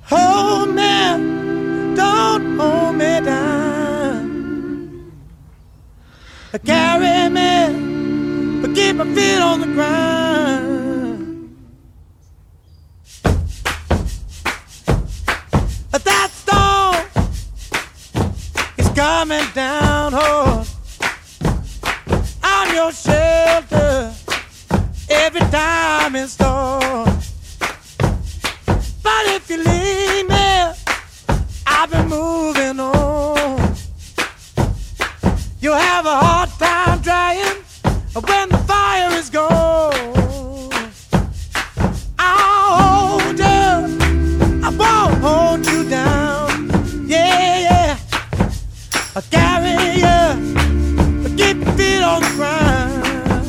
Hold me, don't hold me down. Carry me, but keep my feet on the ground. That storm is coming down hard on your shelter every time it storms. But if you leave me, I've been moving on. You'll have a hard time drying when the fire is gone. I'll hold you, I won't hold you down. Yeah, yeah, I'll carry you, but keep your feet on the ground.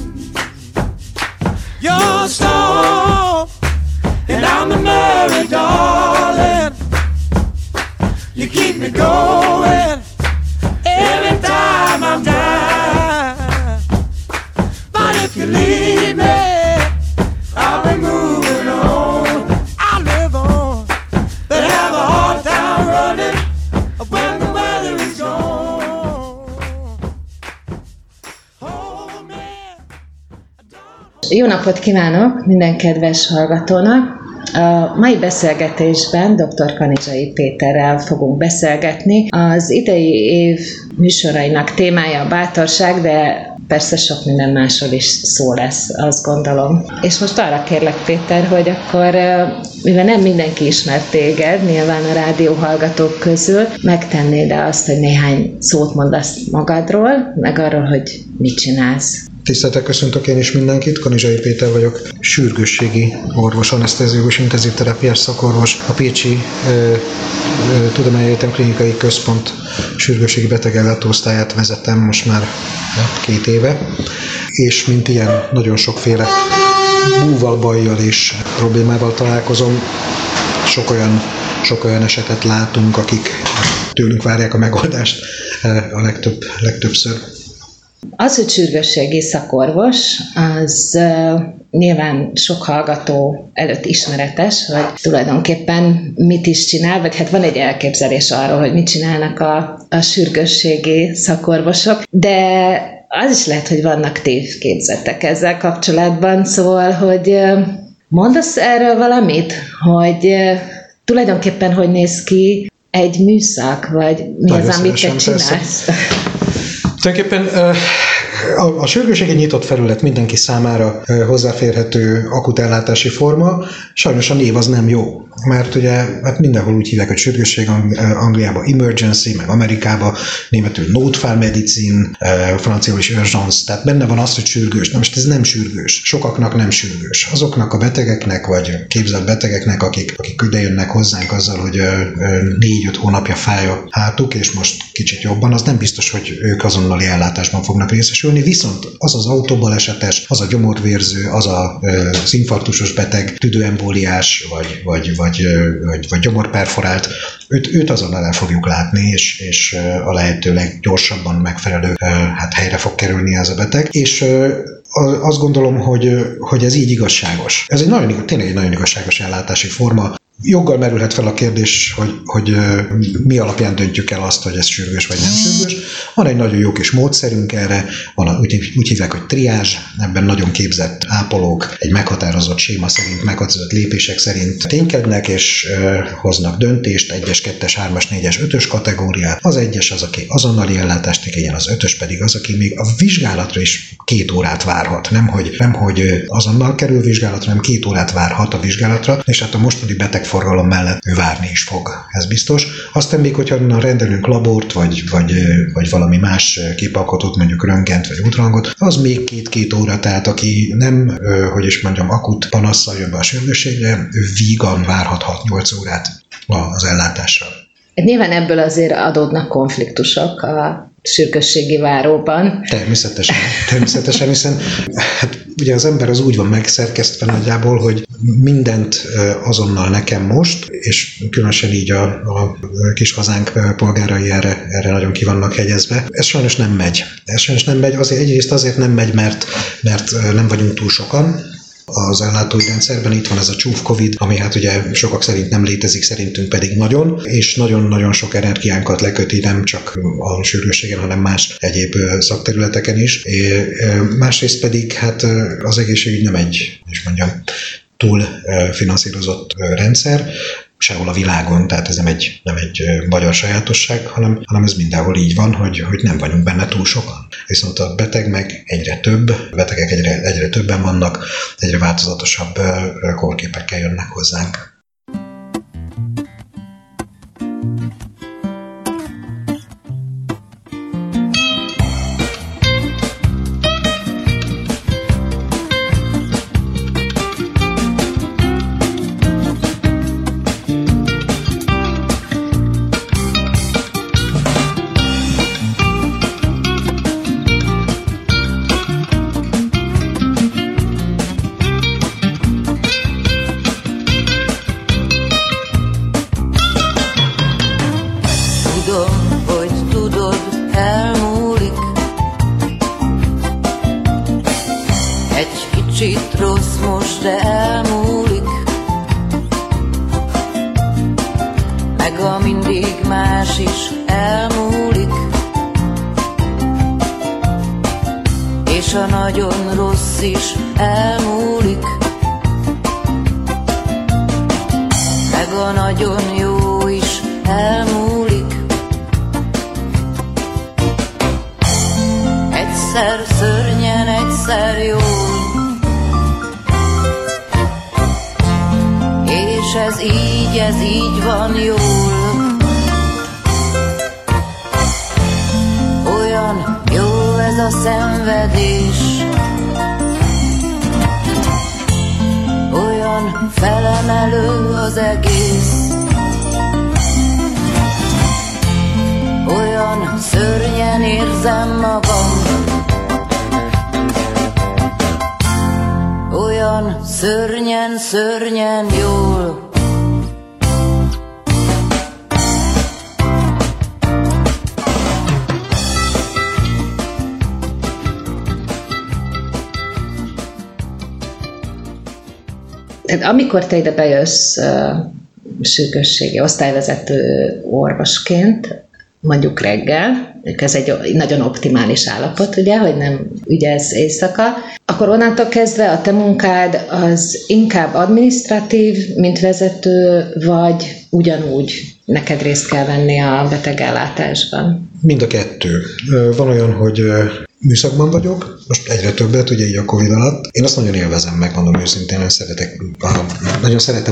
You're strong, and I'm the Mary, darling. You keep me going every time I'm down. But if you leave me, I'll be moving on. I'll live on, but have a hard time running when the weather is gone. Hold me. Jó napot kívánok minden kedves hallgatónak! A mai beszélgetésben dr. Kanizsai Péterrel fogunk beszélgetni. Az idei év műsorainak témája a bátorság, de persze sok minden másról is szó lesz, azt gondolom. És most arra kérlek, Péter, hogy akkor, mivel nem mindenki ismer téged, nyilván a rádióhallgatók közül, megtennéd-e azt, hogy néhány szót mondasz magadról, meg arról, hogy mit csinálsz? Tiszteltek, köszöntök én is mindenkit, Kanizsai Péter vagyok, sürgősségi orvos, anesztéziós, intenzív terápiás szakorvos, a Pécsi Tudományegyetem Klinikai Központ sürgősségi betegellátóosztályát vezetem most már 2 éve, és mint ilyen nagyon sokféle búval, bajjal és problémával találkozom. Sok olyan esetet látunk, akik tőlünk várják a megoldást a legtöbbször. Az, hogy sürgősségi szakorvos, az nyilván sok hallgató előtt ismeretes, hogy tulajdonképpen mit is csinál, vagy hát van egy elképzelés arról, hogy mit csinálnak a sürgősségi szakorvosok, de az is lehet, hogy vannak tévképzetek ezzel kapcsolatban, szóval, hogy mondasz erről valamit, hogy tulajdonképpen hogy néz ki egy műszak, vagy mi az, amit te csinálsz? Tulajdonképpen a sürgősségi nyitott felület, mindenki számára hozzáférhető akut ellátási forma. Sajnos a név az nem jó, mert ugye hát mindenhol úgy hívják, hogy sürgősség, Angliában emergency, meg Amerikában németül notfall medicine, franciául is urgence, tehát benne van az, hogy sürgős. Na most ez nem sürgős. Sokaknak nem sürgős. Azoknak a betegeknek, vagy képzelt betegeknek, akik ide jönnek hozzánk azzal, hogy 4-5 hónapja fáj a hátuk, és most kicsit jobban, az nem biztos, hogy ők azonnali ellátásban fognak részesülni, viszont az az autóbalesetes, az a gyomorvérző, az az infarktusos beteg, tüdőembóliás, vagy gyomorperforált, őt azonnal el fogjuk látni, és a lehető leggyorsabban megfelelő helyre fog kerülni ez a beteg. És azt gondolom, hogy ez így igazságos. Ez tényleg egy nagyon igazságos ellátási forma. Joggal merülhet fel a kérdés, hogy mi alapján döntjük el azt, hogy ez sürgős vagy nem sürgős. Van egy nagyon jó kis módszerünk erre, úgy hívják, hogy triázs, ebben nagyon képzett ápolók egy meghatározott séma szerint, meghatározott lépések szerint ténykednek, és hoznak döntést, 1-es, 2-es, 3-as, 4-es, 5-ös kategóriát. Az 1-es az, aki azonnali ellátást igényel, az 5-ös pedig az, aki még a vizsgálatra is 2 órát várhat. Nem hogy azonnal kerül vizsgálatra, hanem 2 órát várhat a vizsgálatra, és hát a mostani betegforgalom mellett ő várni is fog, ez biztos. Aztán még, hogyha rendelünk labort, vagy valami más képalkotót, mondjuk röntgent vagy ultrahangot, az még 2 óra, tehát aki nem, akut panasszal jön be a sürgősségre, ő vígan várhat 6-8 órát az ellátásra. Nyilván ebből azért adódnak konfliktusok a sürgősségi váróban. Természetesen, hiszen hát ugye az ember az úgy van megszerkesztve nagyjából, hogy mindent azonnal nekem most, és különösen így a kis hazánk polgárai erre nagyon ki vannak hegyezve. Ez sajnos nem megy. Egyrészt azért nem megy, mert nem vagyunk túl sokan, az ellátói rendszerben. Itt van ez a csúf Covid, ami hát ugye sokak szerint nem létezik, szerintünk pedig nagyon, és nagyon-nagyon sok energiánkat leköti, nem csak a sürgősségen, hanem más egyéb szakterületeken is. Másrészt pedig hát az egészségügy nem egy, túl finanszírozott rendszer, sehol a világon, tehát ez nem egy magyar sajátosság, hanem ez mindenhol így van, hogy nem vagyunk benne túl sokan. Viszont a beteg meg egyre több, betegek egyre többen vannak, egyre változatosabb kórképekkel jönnek hozzánk. Ez így van jól. Olyan jó ez a szenvedés, olyan felemelő az egész, olyan szörnyen érzem magam, olyan szörnyen jól. Tehát amikor te ide bejössz sürgősségi osztályvezető orvosként, mondjuk reggel, ez egy nagyon optimális állapot, ugye, hogy nem ügyelsz éjszaka, akkor onnantól kezdve a te munkád az inkább adminisztratív, mint vezető, vagy ugyanúgy neked részt kell venni a betegellátásban? Mind a kettő. Van olyan, hogy műszakban vagyok, most egyre többet, ugye így a Covid alatt. Én azt nagyon élvezem, megmondom őszintén, nagyon szeretem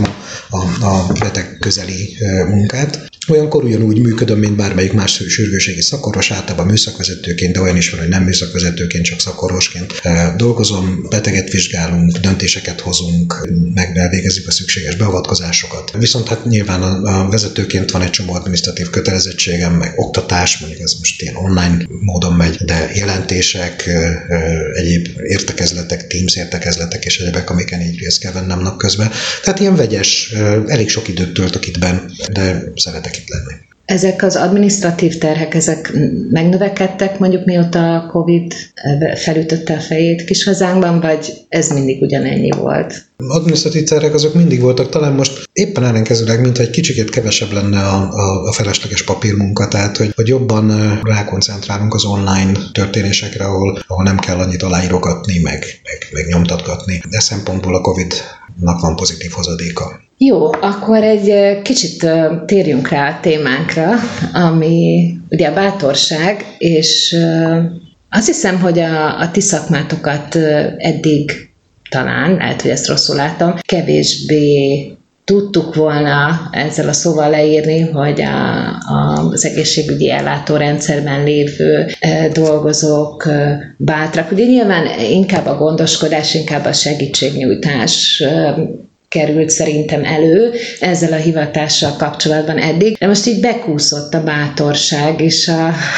a beteg közeli munkát. Olyankor ugyanúgy működöm, mint bármelyik más sürgősségi szakorvos, általában műszakvezetőként, de olyan is van, hogy nem műszakvezetőként, csak szakorvosként dolgozom, beteget vizsgálunk, döntéseket hozunk, elvégezzük a szükséges beavatkozásokat. Viszont hát nyilván a vezetőként van egy csomó adminisztratív kötelezettségem, meg oktatás, mondjuk ez most ilyen online módon megy, de jelentések, egyéb értekezletek, Teams értekezletek és egyebek, amiken így részt kell vennem napközben. Tehát ilyen vegyes, elég sok időt töltök itt benn, de szeretek itt lenni. Ezek az adminisztratív terhek, ezek megnövekedtek mondjuk mióta a Covid felütötte a fejét kis hazánkban, vagy ez mindig ugyanennyi volt? Adminisztratív terhek azok mindig voltak, talán most éppen ellenkezőleg, mintha egy kicsikét kevesebb lenne a felesleges papírmunka, tehát hogy jobban rákoncentrálunk az online történésekre, ahol nem kell annyit aláírogatni, meg nyomtatgatni. De szempontból a Covid-nak van pozitív hozadéka. Jó, akkor egy kicsit térjünk rá a témánkra, ami ugye a bátorság, és azt hiszem, hogy a ti szakmátokat eddig talán, lehet, hogy ezt rosszul látom, kevésbé tudtuk volna ezzel a szóval leírni, hogy az egészségügyi ellátórendszerben lévő dolgozók bátrak. Ugye nyilván inkább a gondoskodás, inkább a segítségnyújtás került szerintem elő ezzel a hivatással kapcsolatban eddig, de most így bekúszott a bátorság és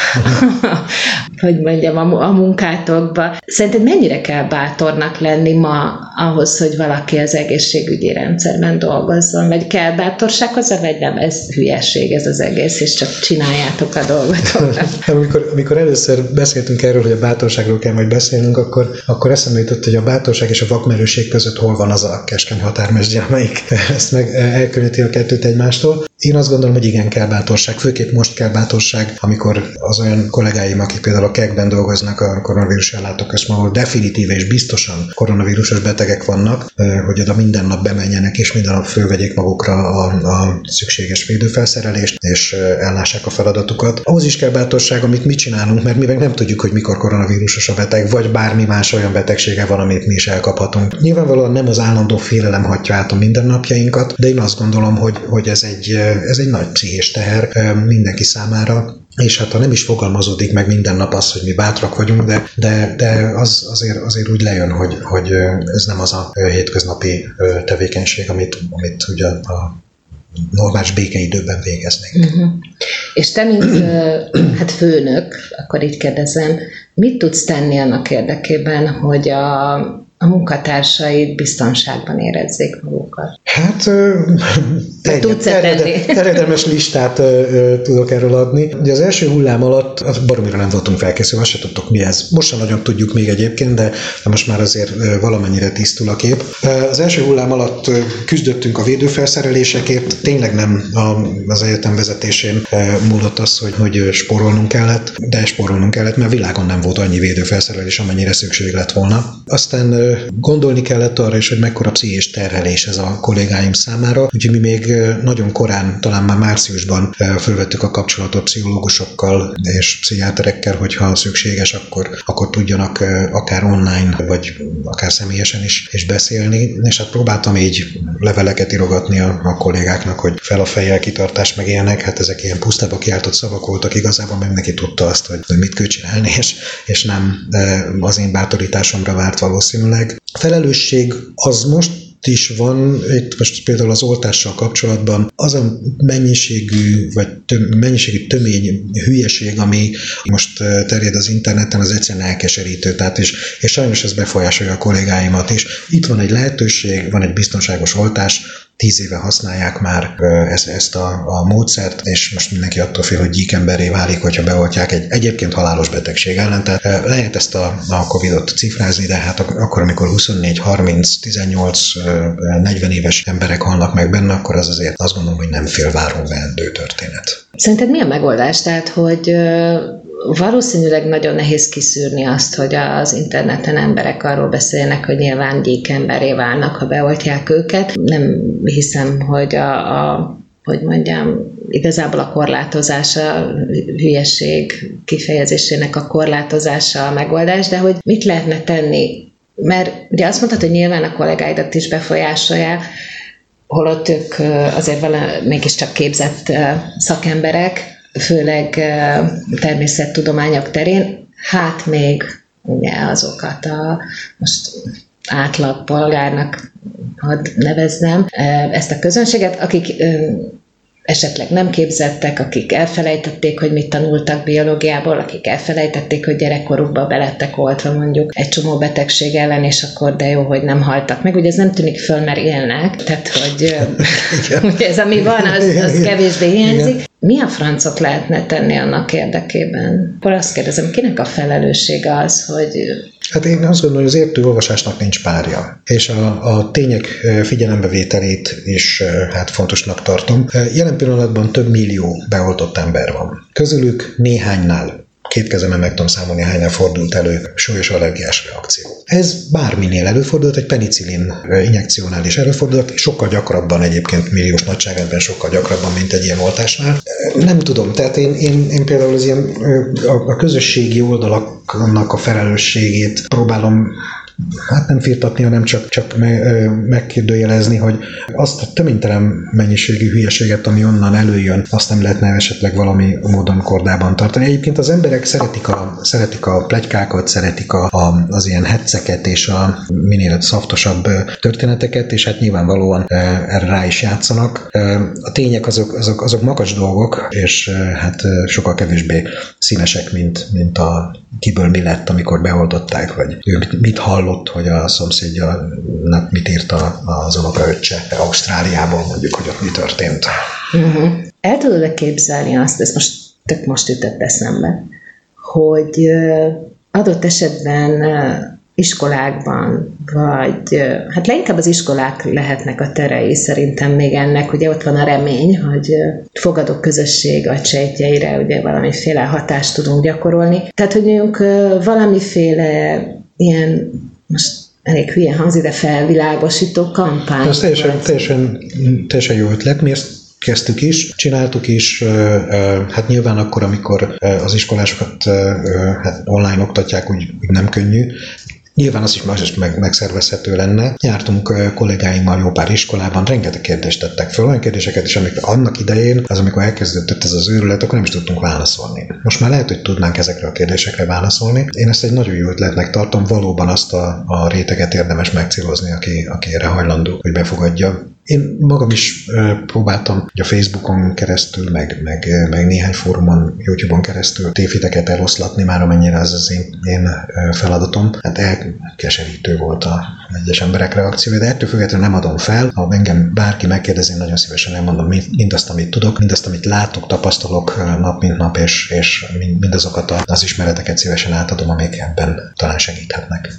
hogy mondjam, a munkátokba. Szerinted mennyire kell bátornak lenni ma ahhoz, hogy valaki az egészségügyi rendszerben dolgozzon? Vagy kell bátorság hozzá, vagy nem? Ez hülyeség, ez az egész, és csak csináljátok a dolgotokat. Amikor először beszéltünk erről, hogy a bátorságról kell majd beszélnünk, akkor eszembe jutott, hogy a bátorság és a vakmerőség között hol van az a keskeny határmesdje, amelyik ezt meg elkülöníti a kettőt egymástól. Én azt gondolom, hogy igen, kell bátorság, főképp most kell bátorság, amikor az olyan kollégáim, akik például a KEK-ben dolgoznak, a koronavírus ellátóközpontban, ahol definitíve és biztosan koronavírusos betegek vannak, hogy oda minden nap bemenjenek, és minden nap fölvegyék magukra a szükséges védőfelszerelést, és ellássák a feladatukat. Ahhoz is kell bátorság, amit mi csinálunk, mert mi meg nem tudjuk, hogy mikor koronavírusos a beteg, vagy bármi más olyan betegsége van, amit mi is elkaphatunk. Nyilvánvalóan nem az állandó félelem hatja át a mindennapjainkat, de én azt gondolom, hogy ez egy nagy pszichés teher mindenki számára, és hát ha nem is fogalmazódik meg minden nap az, hogy mi bátrak vagyunk, de az azért úgy lejön, hogy ez nem az a hétköznapi tevékenység, amit ugye a normális békeidőben végeznénk. Uh-huh. És te, mint hát főnök, akkor így kérdezem, mit tudsz tenni annak érdekében, hogy a munkatársaid biztonságban érezzék magukat? Hát terjedelmes listát tudok erről adni. Ugye az első hullám alatt baromira nem voltunk felkészülve, azt se tudtuk mi ez. Most sem nagyon tudjuk még egyébként, de most már azért valamennyire tisztul a kép. Az első hullám alatt küzdöttünk a védőfelszerelésekért, tényleg nem az egyetem vezetésén múlott az, hogy spórolnunk kellett, mert világon nem volt annyi védőfelszerelés, amennyire szükség lett volna. Aztán gondolni kellett arra is, hogy mekkora pszichés terhelés ez a kollégáim számára, úgyhogy mi még nagyon korán, talán már márciusban fölvettük a kapcsolatot pszichológusokkal és pszichiáterekkel, hogyha szükséges, akkor tudjanak akár online, vagy akár személyesen is beszélni, és hát próbáltam így leveleket írogatni a kollégáknak, hogy fel a fejjel, kitartás meg ilyenek, hát ezek ilyen pusztába kiáltott szavak voltak, igazából meg neki tudta azt, hogy mit kell csinálni, és nem az én bátorításomra várt valószínűleg. A felelősség az most is van, itt most például az oltással kapcsolatban az a mennyiségű, vagy mennyiségű tömény hülyeség, ami most terjed az interneten, az egyszerűen elkeserítő, tehát és sajnos ez befolyásolja a kollégáimat is. Itt van egy lehetőség, van egy biztonságos oltás, 10 éve használják már ezt a módszert, és most mindenki attól fél, hogy gyíkemberré válik, hogyha beoltják egy egyébként halálos betegség ellen. Tehát lehet ezt a Covid-ot cifrázni, de hát akkor, amikor 24, 30, 18, 40 éves emberek halnak meg benne, akkor az azért azt gondolom, hogy nem félváron veendő történet. Szerinted mi a megoldás? Tehát, hogy valószínűleg nagyon nehéz kiszűrni azt, hogy az interneten emberek arról beszélnek, hogy nyilván gyíkemberré válnak, ha beoltják őket. Nem hiszem, hogy hogy mondjam, igazából a korlátozása, a hülyeség kifejezésének a korlátozása a megoldás, de hogy mit lehetne tenni? Mert ugye azt mondtad, hogy nyilván a kollégáidat is befolyásolják, holott ők azért mégiscsak képzett szakemberek, főleg természettudományok terén, hát még ugye azokat most átlagpolgárnak hadd neveznem ezt a közönséget, akik esetleg nem képzettek, akik elfelejtették, hogy mit tanultak biológiából, akik elfelejtették, hogy gyerekkorukban belettek oltva mondjuk egy csomó betegség ellen, és akkor de jó, hogy nem haltak meg. Ugye ez nem tűnik föl, mert élnek, tehát hogy ugye ez ami van, az kevésbé hiányzik. Mi a francot lehetne tenni annak érdekében? Akkor azt kérdezem, kinek a felelőssége az, hogy... Hát én azt gondolom, hogy az értő olvasásnak nincs párja, és a tények figyelembevételét is hát fontosnak tartom. Jelen pillanatban több millió beoltott ember van. Közülük néhánynál, 2 kezemben meg tudom számolni, hánynál fordult elő súlyos allergiás reakció. Ez bárminél előfordult, egy penicillin injekciónál is előfordult, sokkal gyakrabban egyébként milliós nagyságrendben, sokkal gyakrabban, mint egy ilyen oltásnál. Nem tudom, tehát én például az ilyen a közösségi oldalaknak a felelősségét próbálom hát nem firtatni, hanem csak megkérdőjelezni, hogy azt a töménytelen mennyiségű hülyeséget, ami onnan előjön, azt nem lehetne esetleg valami módon kordában tartani. Egyébként az emberek szeretik a pletykákat, szeretik az ilyen hecceket és a minél szaftosabb történeteket, és hát nyilvánvalóan erre rá is játszanak. A tények azok makacs dolgok, és hát sokkal kevésbé színesek, mint a kiből mi lett, amikor beoltották, vagy ő mit hallott, hogy a szomszédjának mit írt az unokaöccse Ausztráliából, mondjuk, hogy ott mi történt. Uh-huh. El tudod-e képzelni azt, ez most ütött eszembe, hogy adott esetben iskolákban, vagy hát leginkább az iskolák lehetnek a terei szerintem még ennek, ugye ott van a remény, hogy fogadó közösség agysejtjeire ugye valamiféle hatást tudunk gyakorolni. Tehát, hogy mondjuk valamiféle ilyen, most elég hülyen hangzik, de felvilágosító kampány. Ez teljesen jó ötlet, mi ezt kezdtük is, csináltuk is, hát nyilván akkor, amikor az iskolásokat hát online oktatják, úgy nem könnyű. Nyilván az is megszervezhető lenne. Jártunk kollégáimmal jó pár iskolában, rengeteg kérdést tettek föl, olyan kérdéseket is, amik annak idején, amikor elkezdődött ez az őrület, akkor nem is tudtunk válaszolni. Most már lehet, hogy tudnánk ezekre a kérdésekre válaszolni. Én ezt egy nagyon jó ötletnek tartom, valóban azt a réteget érdemes megcélozni, aki erre hajlandó, hogy befogadja. Én magam is próbáltam a Facebookon keresztül, meg néhány fórumon, YouTube-on keresztül tévhiteket eloszlatni, már amennyire az én feladatom. Hát elkeserítő volt a egyes emberek reakciója, de ettől függetlenül nem adom fel. Ha engem bárki megkérdezi, nagyon szívesen elmondom mindazt, amit tudok, mindazt, amit látok, tapasztalok nap mint nap, és mindazokat az ismereteket szívesen átadom, amik ebben talán segíthetnek.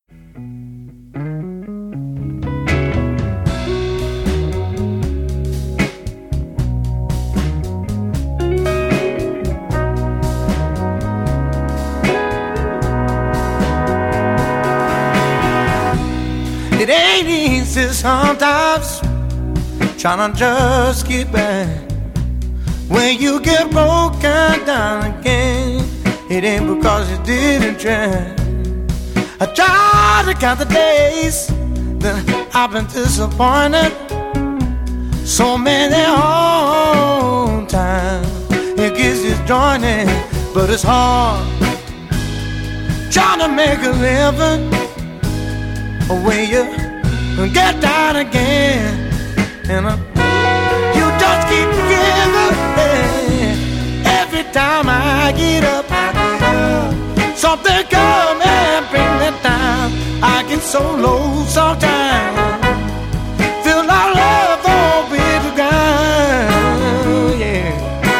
It ain't easy sometimes trying to just keep back. When you get broken down again, it ain't because you didn't try. I try to count the days that I've been disappointed. So many hard times it gets disjointed, but it's hard trying to make a living when you get down again, and you just keep giving. Every time I get up, something come and bring me down. I get so low sometimes, feel like love won't be the ground, yeah.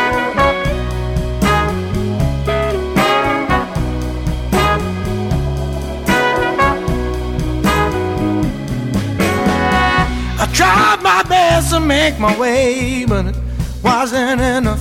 I tried my best to make my way, but it wasn't enough.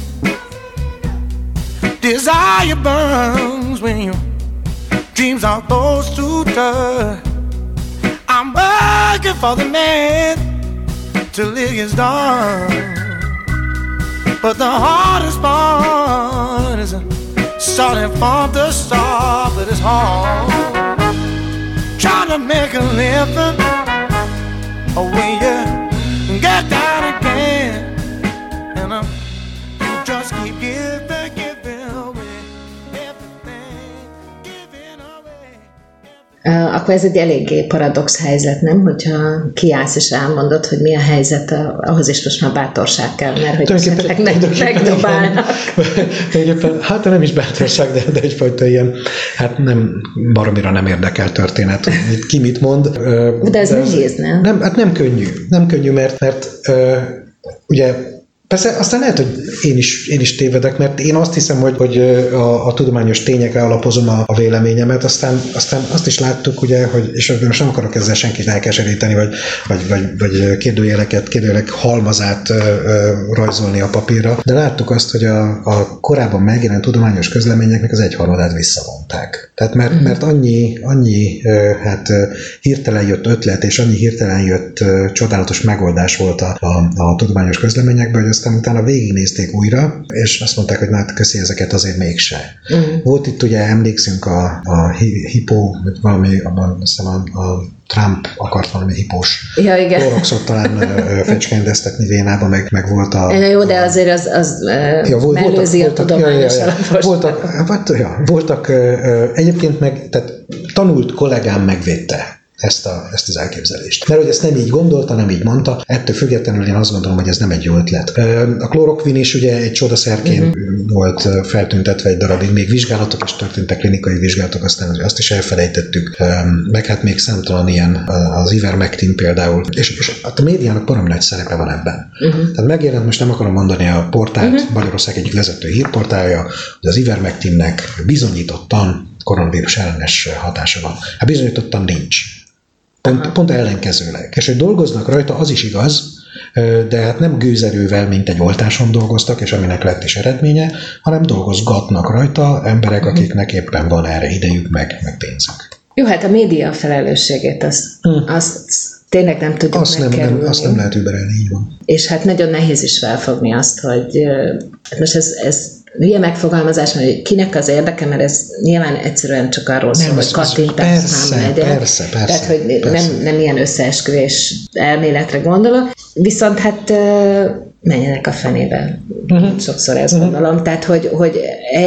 Desire burns when your dreams are close to touch. I'm working for the man till it gets dark, but the hardest part is starting from the start. But it's hard trying to make a living when you get down again, and you just keep giving, giving away everything, giving away. Akkor ez egy eléggé paradox helyzet, nem? Hogyha kiállsz és elmondod, hogy mi a helyzet, ahhoz is most már bátorság kell, mert hogy esetleg megdobálnak. Hát nem is bátorság, de egyfajta ilyen, hát nem, baromira nem érdekel történet, hogy ki mit mond. De ez nehéz, nem? Hát nem könnyű, mert ugye persze aztán lehet, hogy én is tévedek, mert én azt hiszem, hogy a tudományos tényekre alapozom a véleményemet, aztán azt is láttuk, ugye, hogy, és most nem akarok ezzel senkit elkeseríteni, vagy kérdőjelek halmazát rajzolni a papírra, de láttuk azt, hogy a korábban megjelent tudományos közleményeknek az egyharmadát visszavonták. Tehát mert annyi hát hirtelen jött ötlet, és annyi hirtelen jött csodálatos megoldás volt a tudományos közleményekben, hogy aztán utána végignézték újra, és azt mondták, hogy hát köszi, ezeket azért mégse. Volt itt ugye, emlékszünk a hipó, valami, abban azt hiszem a Trump akart valami hipós kloroxot talán fecskendeztetni Vénába, meg volt a... Jó, de azért az mellőzi a tudományos alapost. Voltak egyébként meg, tehát tanult kollégám megvédte ezt az elképzelést. Mert hogy ezt nem így gondolta, nem így mondta, ettől függetlenül én azt gondolom, hogy ez nem egy jó ötlet. A klorokvin is ugye egy csodaszerként volt feltüntetve egy darabig, még vizsgálatok is történtek, klinikai vizsgálatok, aztán azt is elfelejtettük, meg hát még számtalan ilyen, az Ivermectin például, és a médiának baromi nagy szerepe van ebben. Tehát megjelent, most nem akarom mondani a portált, Magyarország egyik vezető hírportálja, hogy az Ivermectinnek bizonyítottan koronavírus ellenes hatása van. Hát bizonyítottan nincs. Pont ellenkezőleg. És hogy dolgoznak rajta, az is igaz, de hát nem gőzerővel, mint egy oltáson dolgoztak, és aminek lett is eredménye, hanem dolgozgatnak rajta emberek, akiknek éppen van erre idejük, meg pénzük. Jó, hát a média felelősségét azt tényleg nem tudjuk megkerülni. Azt nem lehet überelni, így van. És hát nagyon nehéz is felfogni azt, hogy most ez ilyen megfogalmazás, hogy kinek az érdeke, mert ez nyilván egyszerűen csak arról szól, hogy kattintás számlegyek. Persze. Tehát, hogy nem ilyen összeesküvés elméletre gondolok. Viszont hát menjenek a fenébe. Sokszor ezt gondolom. Tehát, hogy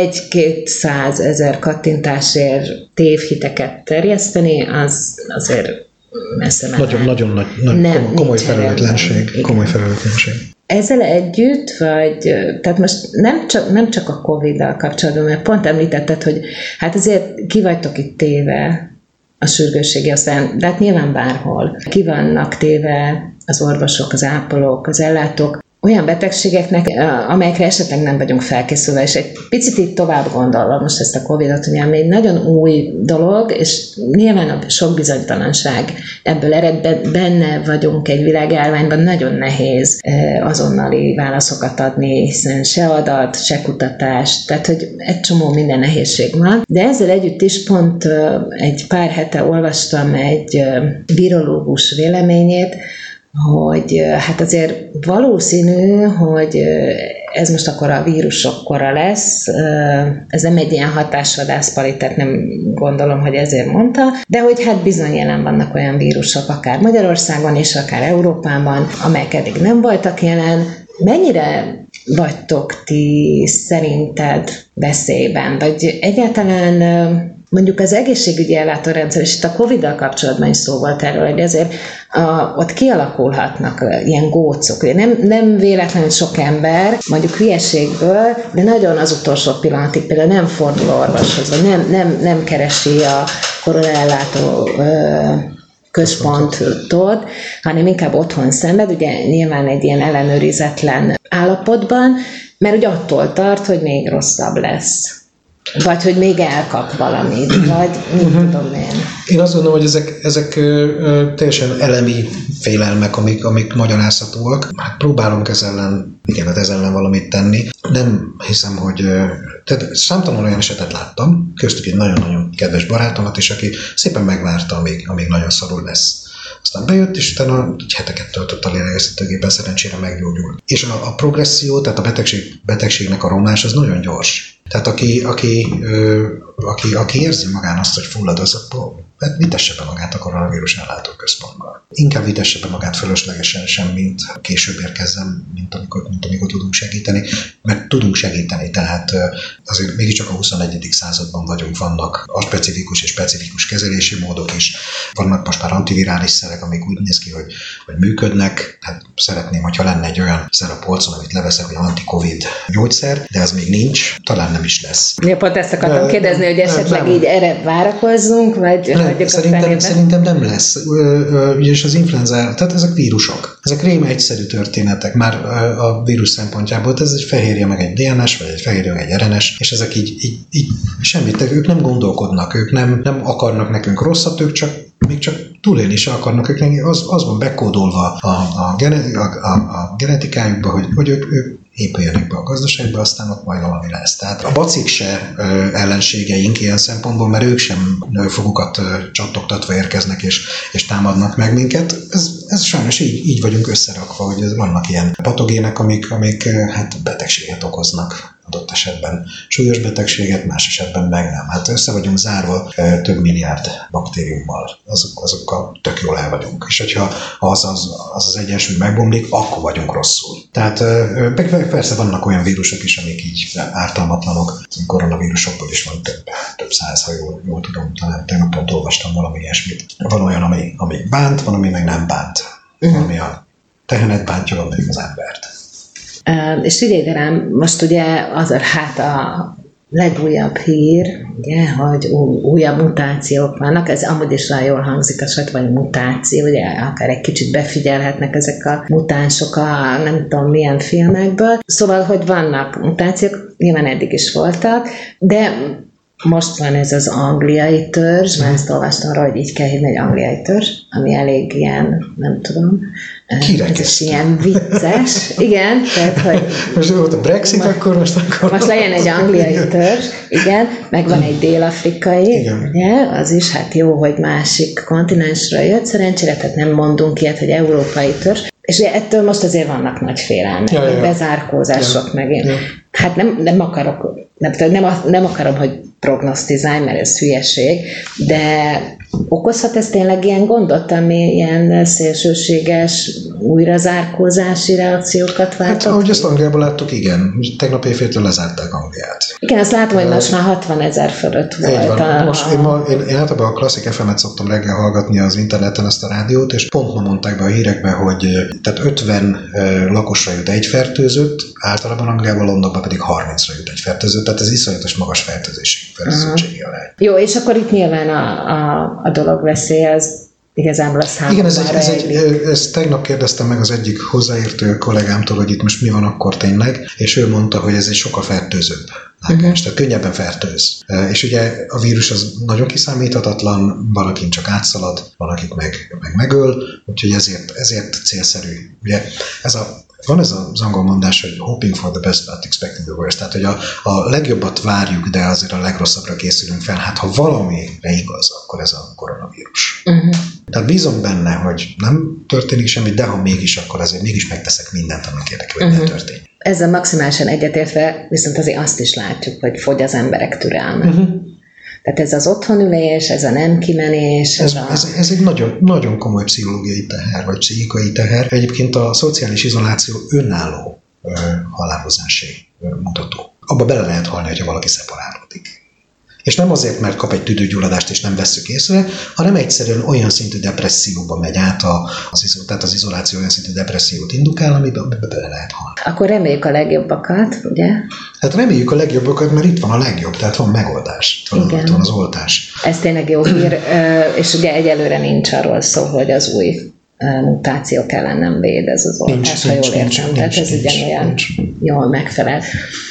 1-200 ezer kattintásért tévhiteket terjeszteni, az azért messze menve. Nagyon komoly felelőtlenség. Komoly felelőtlenség. Ezzel együtt, tehát most nem csak a Covid-dal kapcsolatban, mert pont említetted, hogy hát azért ki vagytok itt téve a sürgősségi osztályon, de hát nyilván bárhol. Ki vannak téve az orvosok, az ápolók, az ellátók, olyan betegségeknek, amelyekre esetleg nem vagyunk felkészülve, és egy picit itt tovább gondolva most ezt a Covid-ot, ugye ami egy nagyon új dolog, és nyilván a sok bizonytalanság ebből ered, benne vagyunk egy világjárványban, nagyon nehéz azonnali válaszokat adni, hiszen se adat, se kutatás, tehát hogy egy csomó minden nehézség van, de ezzel együtt is pont egy pár hete olvastam egy virológus véleményét, hogy hát azért valószínű, hogy ez most akkor a vírusokkora lesz, ez nem egy ilyen hatásvadászpali, tehát nem gondolom, hogy ezért mondta, de hogy hát bizony jelen vannak olyan vírusok, akár Magyarországon és akár Európában, amelyek eddig nem voltak jelen. Mennyire vagytok ti szerinted veszélyben, vagy egyáltalán mondjuk az egészségügyi ellátórendszer, és itt a Covid-dal kapcsolatban is szó volt erről, hogy azért ott kialakulhatnak ilyen gócok. Ugye nem véletlenül sok ember, mondjuk hülyeségből, de nagyon az utolsó pillanatig például nem fordul orvoshoz, vagy nem keresi a koronaellátó központot, hanem inkább otthon szenved, ugye nyilván egy ilyen ellenőrizetlen állapotban, mert ugye attól tart, hogy még rosszabb lesz. Vagy hogy még elkap valamit, vagy mit tudom én. Én azt gondolom, hogy ezek teljesen elemi félelmek, amik magyarázhatóak. Hát próbálunk ez ellen valamit tenni. Nem hiszem, hogy... Tehát számtalan olyan esetet láttam, köztük egy nagyon-nagyon kedves barátomat is, aki szépen megvárta, amíg nagyon szarul lesz. Aztán bejött, és utána heteket töltött a lélegeztetőgépen, szerencsére meggyógyult. És a progresszió, tehát a betegségnek a romlás, az nagyon gyors. Tehát aki érzi magán azt, hogy fullad, az akkor vitesse be magát a koronavírus ellátó központba. Inkább vitesse be magát fölöslegesen sem, mint később érkezzem, mint amikor tudunk segíteni, mert tudunk segíteni, tehát azért mégiscsak a 21. században vagyunk, vannak aspecifikus és specifikus kezelési módok is, vannak most már antivirális szerek, amik úgy néz ki, hogy működnek. Hát szeretném, hogyha lenne egy olyan szer a polcon, amit leveszek, hogy anti-covid gyógyszer, de ez még nincs, talán nem is lesz. Ja, pont ezt akartam kérdezni, hogy esetleg nem. Így erre várakozzunk, vagy Szerintem nem lesz. És az influenza, tehát ezek vírusok. Ezek rém egyszerű történetek már a vírus szempontjából. Ez egy fehérje meg egy DNS, vagy egy fehérje meg egy RNS, és ezek így semmit, ők nem gondolkodnak, ők nem akarnak nekünk rosszat, ők csak még csak túlélni se akarnak, ők az van bekódolva a genetikájukba, hogy ők épüljenek be a gazdaságba, aztán ott majd valami lesz. Tehát a bacik se ellenségeink ilyen szempontból, mert ők sem fogukat csattogtatva érkeznek és támadnak meg minket. Ez sajnos így vagyunk összerakva, hogy vannak ilyen patogének, amik hát betegséget okoznak. Adott esetben súlyos betegséget, más esetben meg nem. Hát össze vagyunk zárva több milliárd baktériummal. Azokkal tök jól el vagyunk. És hogyha az egyensúly megbomlik, akkor vagyunk rosszul. Tehát persze vannak olyan vírusok is, amik így ártalmatlanok. Koronavírusokból is van több száz, ha jól tudom, talán tegnap pont olvastam valami ilyesmit. Van olyan, ami bánt, van, ami meg nem bánt. Valami a tehenet bántja, van pedig az embert. És figyelj rám, most ugye az hát a legújabb hír, ugye, hogy újabb mutációk vannak, ez amúgy is olyan jól hangzik, az vagy mutáció, ugye akár egy kicsit befigyelhetnek ezek a mutánsok a nem tudom milyen filmekből. Szóval, hogy vannak mutációk, nyilván eddig is voltak, de most van ez az angliai törzs, már ezt olvastam arra, hogy így kell hívni, egy angliai törzs, ami elég ilyen, nem tudom, ez ilyen vicces. Igen, tehát, hogy most volt a Brexit, akkor most legyen egy angliai törzs, igen, meg van egy dél-afrikai, ugye, az is, hát jó, hogy másik kontinensről jött, szerencsére, tehát nem mondunk ilyet, hogy európai törzs, és ugye ettől most azért vannak nagy félelmek, bezárkózások megint. Hát nem akarom, hogy prognosztizálj, mert ez hülyeség, de okozhat ez tényleg ilyen gondot, ami ilyen szélsőséges újrazárkózási reakciókat váltott? Hát ahogy ezt Angliában láttuk, igen. Tegnap éjféltől lezárták Angliát. Igen, azt látom, hogy most már 60 000 fölött volt. Én általában a Classic FM-et szoktam reggel hallgatni az interneten, ezt a rádiót, és pont ma mondták be a hírekbe, hogy tehát 50 lakosra jut egy fertőzött, általában Angliában, Londonban pedig 30-ra jut egy fertőzött, tehát ez iszonyatos magas fertőzöttségi arány. Jó, és akkor itt nyilván a dolog veszély az igazából a számomra. Igen, ezt tegnap kérdeztem meg az egyik hozzáértő kollégámtól, hogy itt most mi van akkor tényleg, és ő mondta, hogy ez egy sokkal fertőzőbb lákás, tehát könnyebben fertőz. És ugye a vírus az nagyon kiszámíthatatlan, valakin csak átszalad, valakit meg megöl, úgyhogy ezért célszerű. Ugye van ez az angol mondás, hogy hoping for the best but expecting the worst, tehát hogy a legjobbat várjuk, de azért a legrosszabbra készülünk fel. Hát ha valamire igaz, akkor ez a koronavírus. Tehát bízom benne, hogy nem történik semmi, de ha mégis, akkor azért mégis megteszek mindent, annak érdekében, hogy ne történjen. Ezzel maximálisan egyetértve, viszont azért azt is látjuk, hogy fogy az emberek türelme. Tehát ez az otthonülés, ez a nem kimenés. Ez egy nagyon, nagyon komoly pszichológiai teher, vagy pszichikai teher. Egyébként a szociális izoláció önálló halálozási mutató. Abba bele lehet halni, hogyha valaki szeparálódik. És nem azért, mert kap egy tüdőgyulladást és nem vesszük észre, hanem egyszerűen olyan szintű depresszióba megy át, tehát az izoláció olyan szintű depressziót indukál, amiben bele lehet halni. Akkor reméljük a legjobbakat, ugye? Hát reméljük a legjobbakat, mert itt van a legjobb, tehát van megoldás, itt van az oltás. Ez tényleg jó hír, és ugye egyelőre nincs arról szó, hogy az új mutációk ellen nem véd ez az oltás, ha jól értem. Tehát ez ugyanolyan jól megfelel.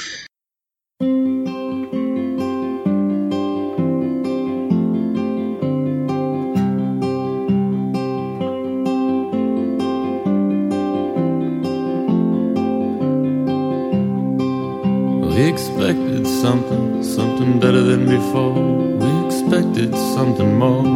We expected something better than before. We expected something more.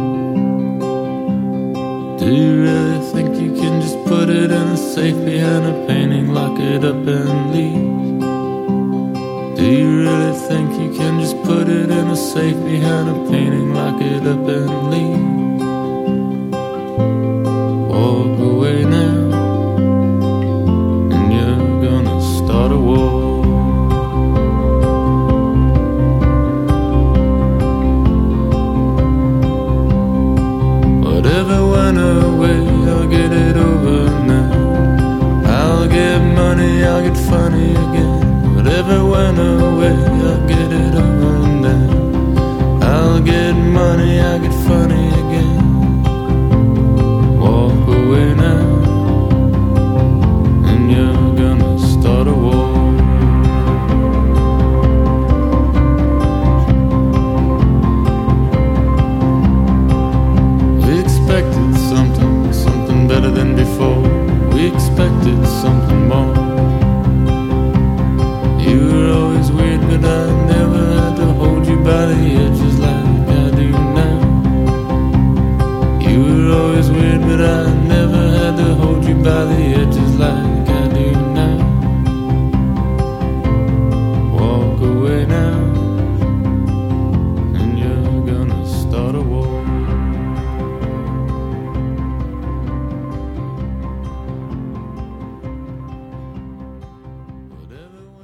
Do you really think you can just put it in a safe behind a painting, lock it up and leave? Do you really think you can just put it in a safe behind a painting, lock it up and leave? Walk away now, and you're gonna start a war. Whatever went away, I'll get it over now. I'll get money, I'll get funny again. Whatever went away, I'll get it over now. I'll get money, I'll get funny again. Walk away now, and you're gonna start a war.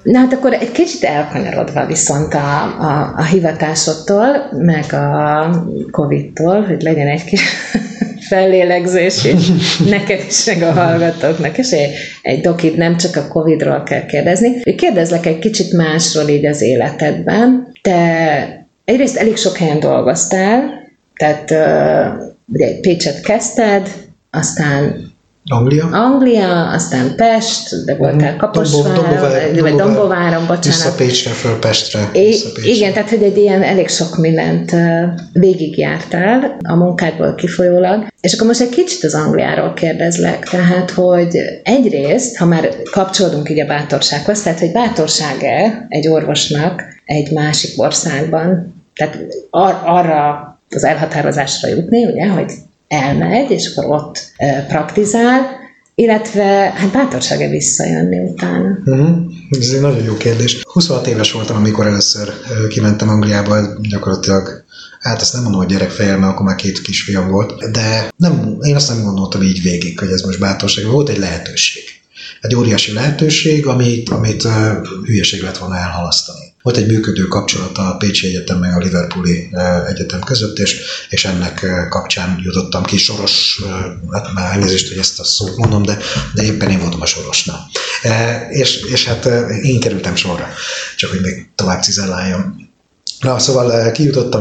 Na hát akkor egy kicsit elkanyarodva viszont a hivatásodtól, meg a Covid-tól, hogy legyen egy kis fellélegzés is neked is, meg a hallgatóknak, és egy dokid nem csak a Covid-ról kell kérdezni. Kérdezlek egy kicsit másról így az életedben. Te egyrészt elég sok helyen dolgoztál, tehát ugye Pécset kezdted, aztán Anglia, aztán Pest, de voltál Dombóváron, bocsánat. Vissza Pécsre, föl Pestre. Igen, tehát hogy egy ilyen elég sok mindent végigjártál a munkádból kifolyólag. És akkor most egy kicsit az Angliáról kérdezlek, tehát, hogy egyrészt, ha már kapcsolódunk így a bátorsághoz, tehát, hogy bátorság-e egy orvosnak egy másik országban, tehát arra az elhatározásra jutni, ugye, hogy elmegy, és akkor ott praktizál, illetve hát bátorság-e visszajönni utána? Ez egy nagyon jó kérdés. 26 éves voltam, amikor először kimentem Angliába, gyakorlatilag, hát ezt nem mondom, hogy gyerekfejjel, mert akkor már 2 kisfiam volt, de én azt nem gondoltam így végig, hogy ez most bátorság. Volt egy lehetőség. Egy óriási lehetőség, amit hülyeség lett volna elhalasztani. Volt egy működő kapcsolat a Pécsi Egyetem meg a Liverpooli Egyetem között, és ennek kapcsán jutottam ki Soros, hát már elnézést, hogy ezt a szót mondom, de éppen én voltam a Sorosnál. És hát én kerültem sorra, csak hogy még tovább cizelláljam. Na, szóval kijutottam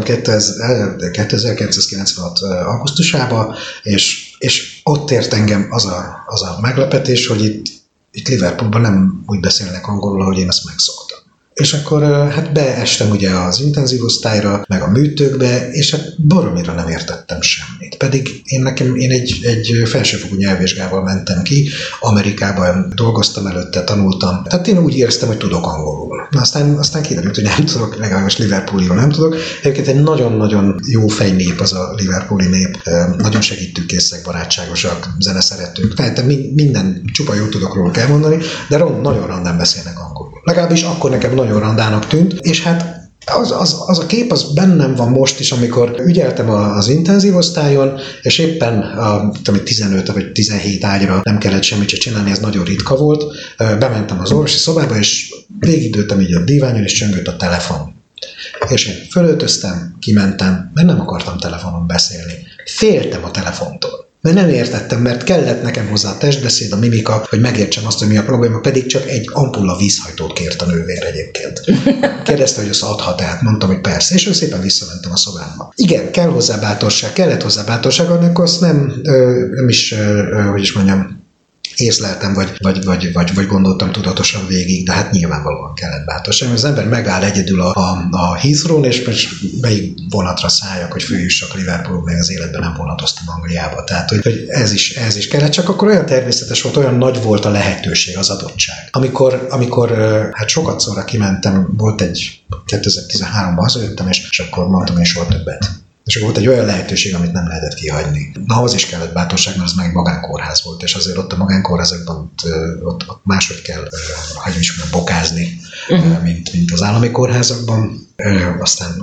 1996. augusztusába, és ott ért engem az a meglepetés, hogy itt Liverpoolban nem úgy beszélnek angolul, ahogy én ezt megszoktam. És akkor hát beestem ugye az intenzív osztályra, meg a műtőkbe, és hát baromira nem értettem semmit. Pedig én egy felsőfokú nyelvvizsgával mentem ki, Amerikában dolgoztam előtte, tanultam. Tehát én úgy éreztem, hogy tudok angolul. Aztán kiderült, hogy nem tudok, legalábbis Liverpooliul nem tudok. Egyébként egy nagyon-nagyon jó fejnép az a Liverpooli nép. Nagyon segítőkészek, barátságosak, zeneszeretők. Tehát minden csupa jót tudok róluk elmondani, de nagyon randán beszélnek angolul. Legalábbis akkor nekem nagyon randának tűnt, és hát az a kép az bennem van most is, amikor ügyeltem az intenzív osztályon, és éppen 15 vagy 17 ágyra nem kellett semmit se csinálni, ez nagyon ritka volt. Bementem az orvosi szobába, és végigdőltem így a díványon, és csöngött a telefon. És én fölöltöztem, kimentem, mert nem akartam telefonon beszélni. Féltem a telefontól. Mert nem értettem, mert kellett nekem hozzá a testbeszéd, a mimika, hogy megértsem azt, hogy mi a probléma, pedig csak egy ampulla vízhajtót kért a nővér egyébként. Kérdezte, hogy azt adhat-e, mondtam, hogy persze, és szépen visszamentem a szobámba. Igen, kellett hozzá bátorság, akkor azt nem is, hogy is mondjam, észleltem, vagy gondoltam tudatosan végig, de hát nyilvánvalóan kellett bátorság. Az ember megáll egyedül a Heathrow-n, és melyik vonatra szálljak, hogy följussak Liverpoolba, még az életben nem vonatoztam Angliába. Tehát, hogy ez is kellett, csak akkor olyan természetes volt, olyan nagy volt a lehetőség, az adottság. Amikor hát sokat szóra kimentem, volt egy 2013-ban hazajöttem, és akkor mondtam, én soha többet. És akkor volt egy olyan lehetőség, amit nem lehetett kihagyni. Na, ahhoz is kellett bátorság, mert az meg egy magánkórház volt, és azért ott a magánkórházakban ott máshogy kell, hogy is mondjam, bokázni, mint az állami kórházakban. Aztán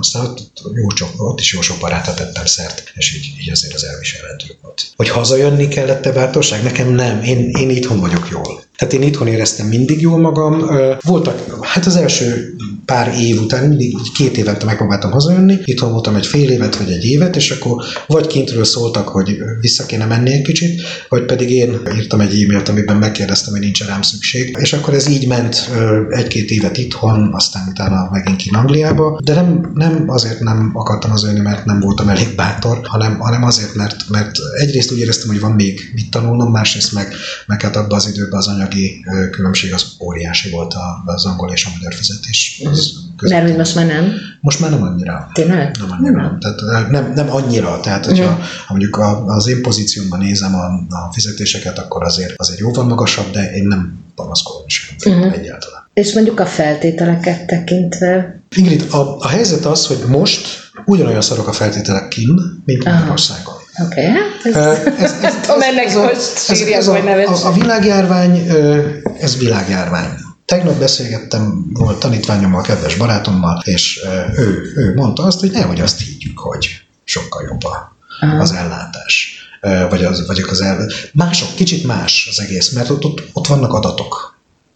ott is jó sok barátra tettem szert, és így azért az elviselhető volt. Hogy hazajönni kellett-e bátorság? Nekem nem. Én itthon vagyok jól. Tehát én itthon éreztem mindig jól magam. Voltak, hát az első pár év után mindig 2 évente megpróbáltam hazajönni. Itthon voltam egy fél évet, vagy egy évet, és akkor vagy kintről szóltak, hogy vissza kéne menni egy kicsit, vagy pedig én írtam egy e-mailt, amiben megkérdeztem, hogy nincs rám szükség. És akkor ez így ment 1-2 évet itthon, aztán utána megint ki Angliába. De nem azért nem akartam hazajönni, mert nem voltam elég bátor, hanem azért, mert egyrészt úgy éreztem, hogy van még mit tanulnom, másrészt meg hát abban az időben az anyagi különbség az óriási volt az angol és a magyar fizetés. Mert hogy most már nem? Most már nem annyira. Tényleg? Nem annyira. Tehát nem annyira. Tehát, hogyha mondjuk az én pozíciómban nézem a fizetéseket, akkor azért jóval magasabb, de én nem panaszkodom sem egyáltalán. És mondjuk a feltételeket tekintve? Ingrid, a helyzet az, hogy most ugyanolyan szarok a feltételek kint, mint Magyarországon. Oké, a világjárvány, ez világjárvány. Tegnap beszélgettem volt tanítványommal, kedves barátommal, és ő mondta azt, hogy nehogy azt higgyük, hogy sokkal jobb az ellátás. Kicsit más az egész, mert ott vannak adatok.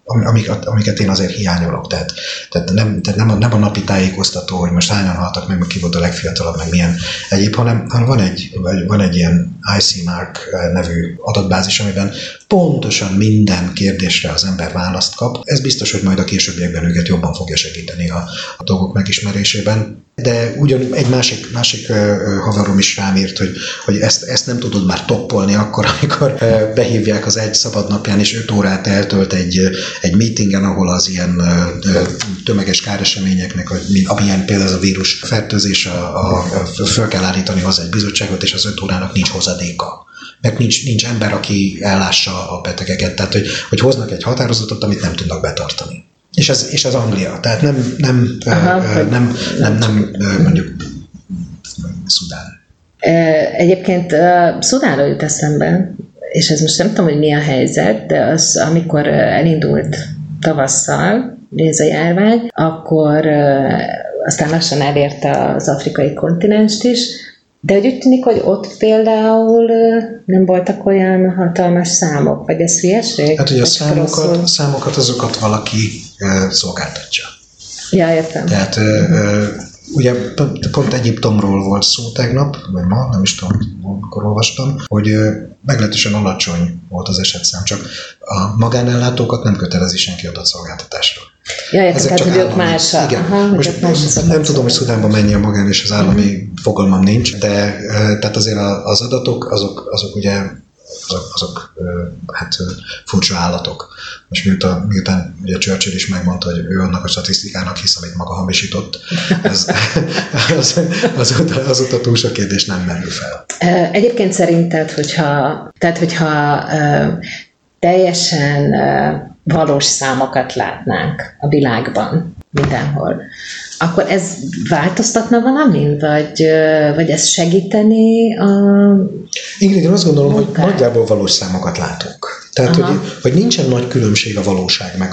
amiket én azért hiányolok. Tehát nem a napi tájékoztató, hogy most hányan haltak meg ki volt a legfiatalabb, meg milyen egyéb, hanem van egy ilyen IC-Mark nevű adatbázis, amiben pontosan minden kérdésre az ember választ kap. Ez biztos, hogy majd a későbbiekben őket jobban fogja segíteni a dolgok megismerésében. De ugyan egy másik haverom is rám írt, hogy ezt nem tudod már toppolni akkor, amikor behívják az egy szabadnapján, és 5 órát eltölt egy meetingen, ahol az ilyen tömeges káreseményeknek, amilyen például ez a vírus fertőzés, föl kell állítani hozzá egy bizottságot, és az 5 órának nincs hozadéka. Mert nincs ember, aki ellássa a betegeket. Tehát, hogy hoznak egy határozatot, amit nem tudnak betartani. És ez Anglia. Tehát nem mondjuk Szudán. Egyébként Szudánról jut eszembe, és ez most nem tudom, hogy mi a helyzet, de az, amikor elindult tavasszal ez a járvány, akkor aztán lassan elérte az afrikai kontinenst is, de úgy tűnik, hogy ott például nem voltak olyan hatalmas számok, vagy ez hülyeség? Hát ugye a számokat azokat valaki szolgáltatja. Ja, értem. Tehát ugye pont Egyiptomról volt szó tegnap, vagy ma, nem is tudom, amikor olvastam, hogy meglehetősen alacsony volt az esetszám, csak a magánellátókat nem kötelezi senki adatszolgáltatásra. Ja, értem, tehát hogy ők másak. Igen, most nem tudom, hogy Szudánban mennyi a magán és az állami, fogalmam nincs, de tehát azért az adatok, azok ugye hát furcsa állatok. Most miután ugye Churchill is megmondta, hogy ő annak a statisztikának hisz, amit maga hamisított, azóta túl sok kérdés nem merül fel. Egyébként szerinted, hogyha teljesen valós számokat látnánk a világban, mindenhol, akkor ez változtatna valamin, vagy ez segíteni a Ingrid, én azt gondolom, hogy nagyjából valós számokat látunk. Tehát, hogy nincsen nagy különbség a valóság meg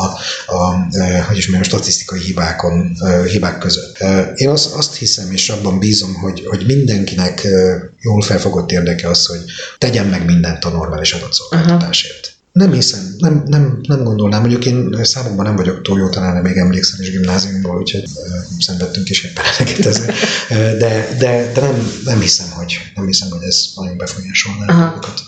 a statisztikai hibák között. Én azt hiszem, és abban bízom, hogy mindenkinek jól felfogott érdeke az, hogy tegyen meg mindent a normális adatszolgáltatásért. Nem hiszem, nem gondolnám, mondjuk én számomban nem vagyok túl jó, talán még emlékszem is gimnáziumból, úgyhogy szenvedtünk kísérleteket ezzel. De nem hiszem, hogy ez nagyon befolyásolná a dolgokat.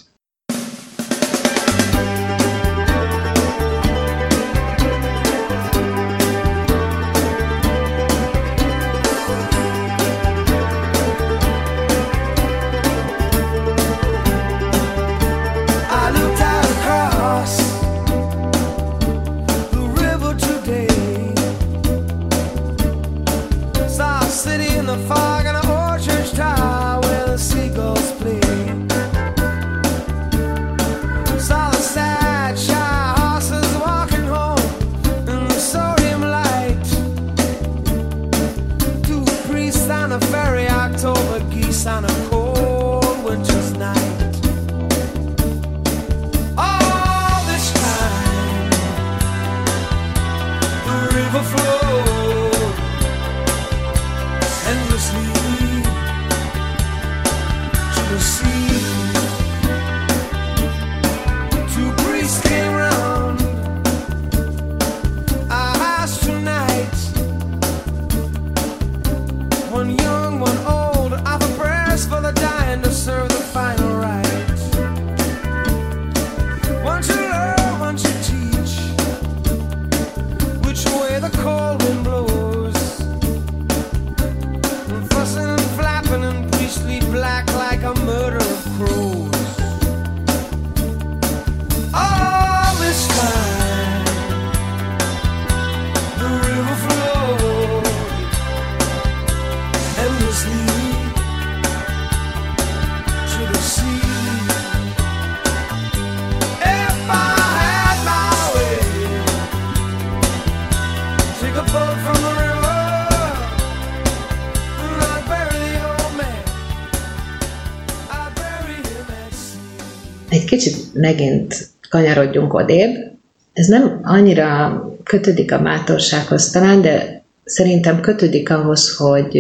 Egy kicsit megint kanyarodjunk odébb. Ez nem annyira kötődik a bátorsághoz talán, de szerintem kötődik ahhoz,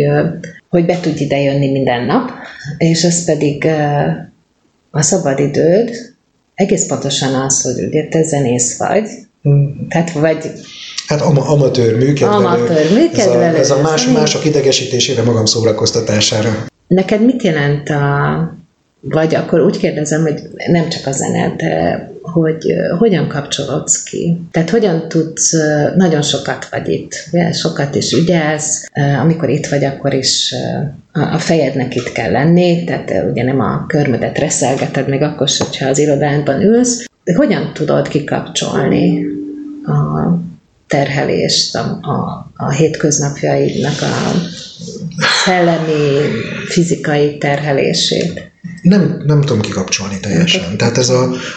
hogy be tudj ide jönni minden nap, és az pedig a szabadidőd egész pontosan az, hogy ugye te zenész vagy, Tehát vagy... Hát amatőr műkedvelő. Ez a mások idegesítésére, magam szórakoztatására. Neked mit jelent vagy akkor úgy kérdezem, hogy nem csak a zene, de hogy hogyan kapcsolódsz ki? Tehát hogyan tudsz, nagyon sokat vagy itt, sokat is ügyelsz, amikor itt vagy, akkor is a fejednek itt kell lenni, tehát ugye nem a körmödet reszelgeted, még akkor sem, hogyha az irodádban ülsz, de hogyan tudod kikapcsolni a terhelést, a hétköznapjaidnak a szellemi, fizikai terhelését? Nem tudom kikapcsolni teljesen. Tehát ez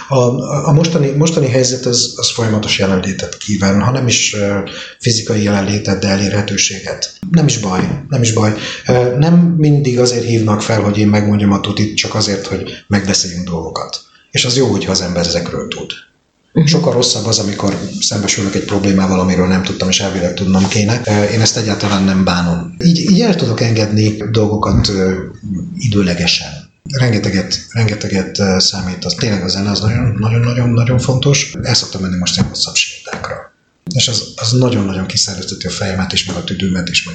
a mostani helyzet az folyamatos jelenlétet kíván, ha nem is fizikai jelenlétet, de elérhetőséget. Nem is baj. Nem mindig azért hívnak fel, hogy én megmondjam a tutit, csak azért, hogy megbeszéljünk dolgokat. És az jó, hogyha az ember ezekről tud. Sokkal rosszabb az, amikor szembesülök egy problémával, amiről nem tudtam, és elvileg tudnom kéne. Én ezt egyáltalán nem bánom. Így el tudok engedni dolgokat időlegesen. Rengeteget számít. Az tényleg a zene az nagyon fontos. El szoktam menni most ilyen hosszabb sétákra. És az nagyon-nagyon kiszervezteti a fejemet is, meg a tüdőmet is,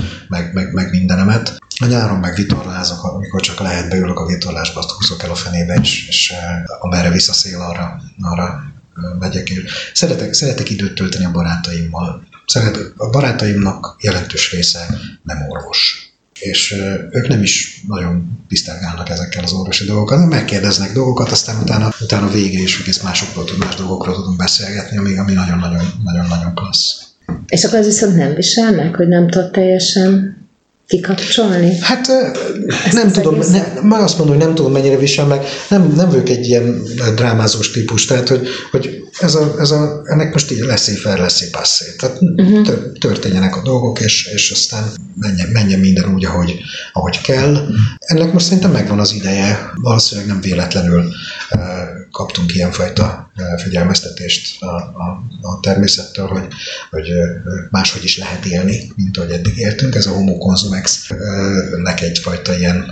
meg mindenemet. A nyáron meg vitorlázok, amikor csak lehet, beülök a vitorlásba, azt húzok el a fenébe, és amerre visz a szél, arra megyek. Szeretek időt tölteni a barátaimmal. A barátaimnak jelentős része nem orvos. És ők nem is nagyon pisztelgálnak ezekkel az orvosi dolgokat, megkérdeznek dolgokat, aztán utána vége is, hogy ezt más dolgokról tudunk beszélgetni, ami nagyon-nagyon klassz. És akkor az viszont nem visel meg, hogy nem tud teljesen kikapcsolni? Hát nem tudom, meg azt mondom, hogy nem tudom, mennyire visel meg. Nem vagyok egy ilyen drámázós típus, tehát hogy ennek most így lesz-e passzé. Tehát történjenek a dolgok, és aztán menjen minden úgy, ahogy kell. Ennek most szerintem megvan az ideje. Valószínűleg nem véletlenül kaptunk ilyenfajta figyelmeztetést a természettől, hogy máshogy is lehet élni, mint ahogy eddig éltünk. Ez a homo consumex-nek egyfajta ilyen,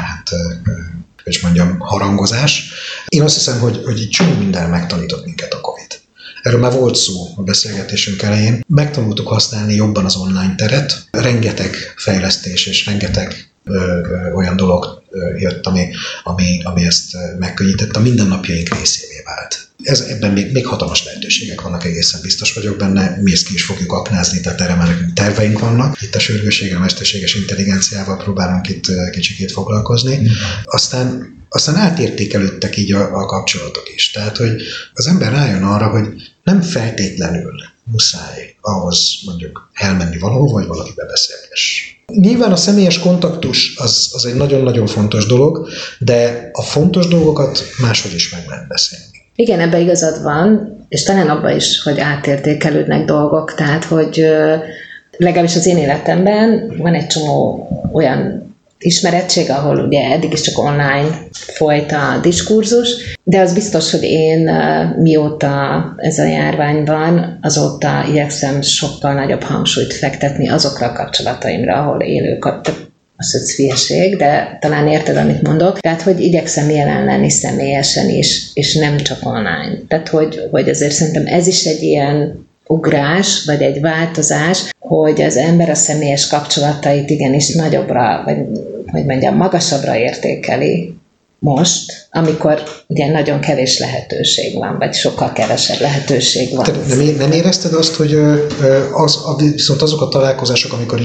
harangozás. Én azt hiszem, hogy egy csomó minden megtanított minket a Covid. Erről már volt szó a beszélgetésünk elején. Megtanultuk használni jobban az online teret. Rengeteg fejlesztés és rengeteg olyan dolog jött, ami ezt megkönnyítette, a mindennapjaink részévé vált. Ebben még hatalmas lehetőségek vannak, egészen biztos vagyok benne, mi ezt ki is fogjuk aknázni, tehát erre már nekünk terveink vannak. Itt a sürgősséggel, a mesterséges intelligenciával próbálunk itt kicsikét foglalkozni. Aztán átértékelődtek így a kapcsolatok is. Tehát, hogy az ember rájön arra, hogy nem feltétlenül muszáj ahhoz mondjuk elmenni valahova, vagy valakibe beszélgess. Nyilván a személyes kontaktus az egy nagyon-nagyon fontos dolog, de a fontos dolgokat máshogy is meg lehet beszélni. Igen, ebben igazad van, és talán abban is, hogy átértékelődnek dolgok, tehát, hogy legalábbis az én életemben van egy csomó olyan ismerettség, ahol ugye eddig is csak online folyt a diskurzus, de az biztos, hogy én mióta ez a járvány van, azóta igyekszem sokkal nagyobb hangsúlyt fektetni azokra a kapcsolataimra, ahol élők, az egy hülyeség, de talán érted, amit mondok. Tehát, hogy igyekszem jelen lenni személyesen is, és nem csak online. Tehát, hogy azért szerintem ez is egy ilyen ugrás, vagy egy változás, hogy az ember a személyes kapcsolatait igenis nagyobbra, vagy hogy mondjam, magasabbra értékeli most, amikor ugye nagyon kevés lehetőség van, vagy sokkal kevesebb lehetőség van. Nem érezted azt, hogy viszont azok a találkozások, amikor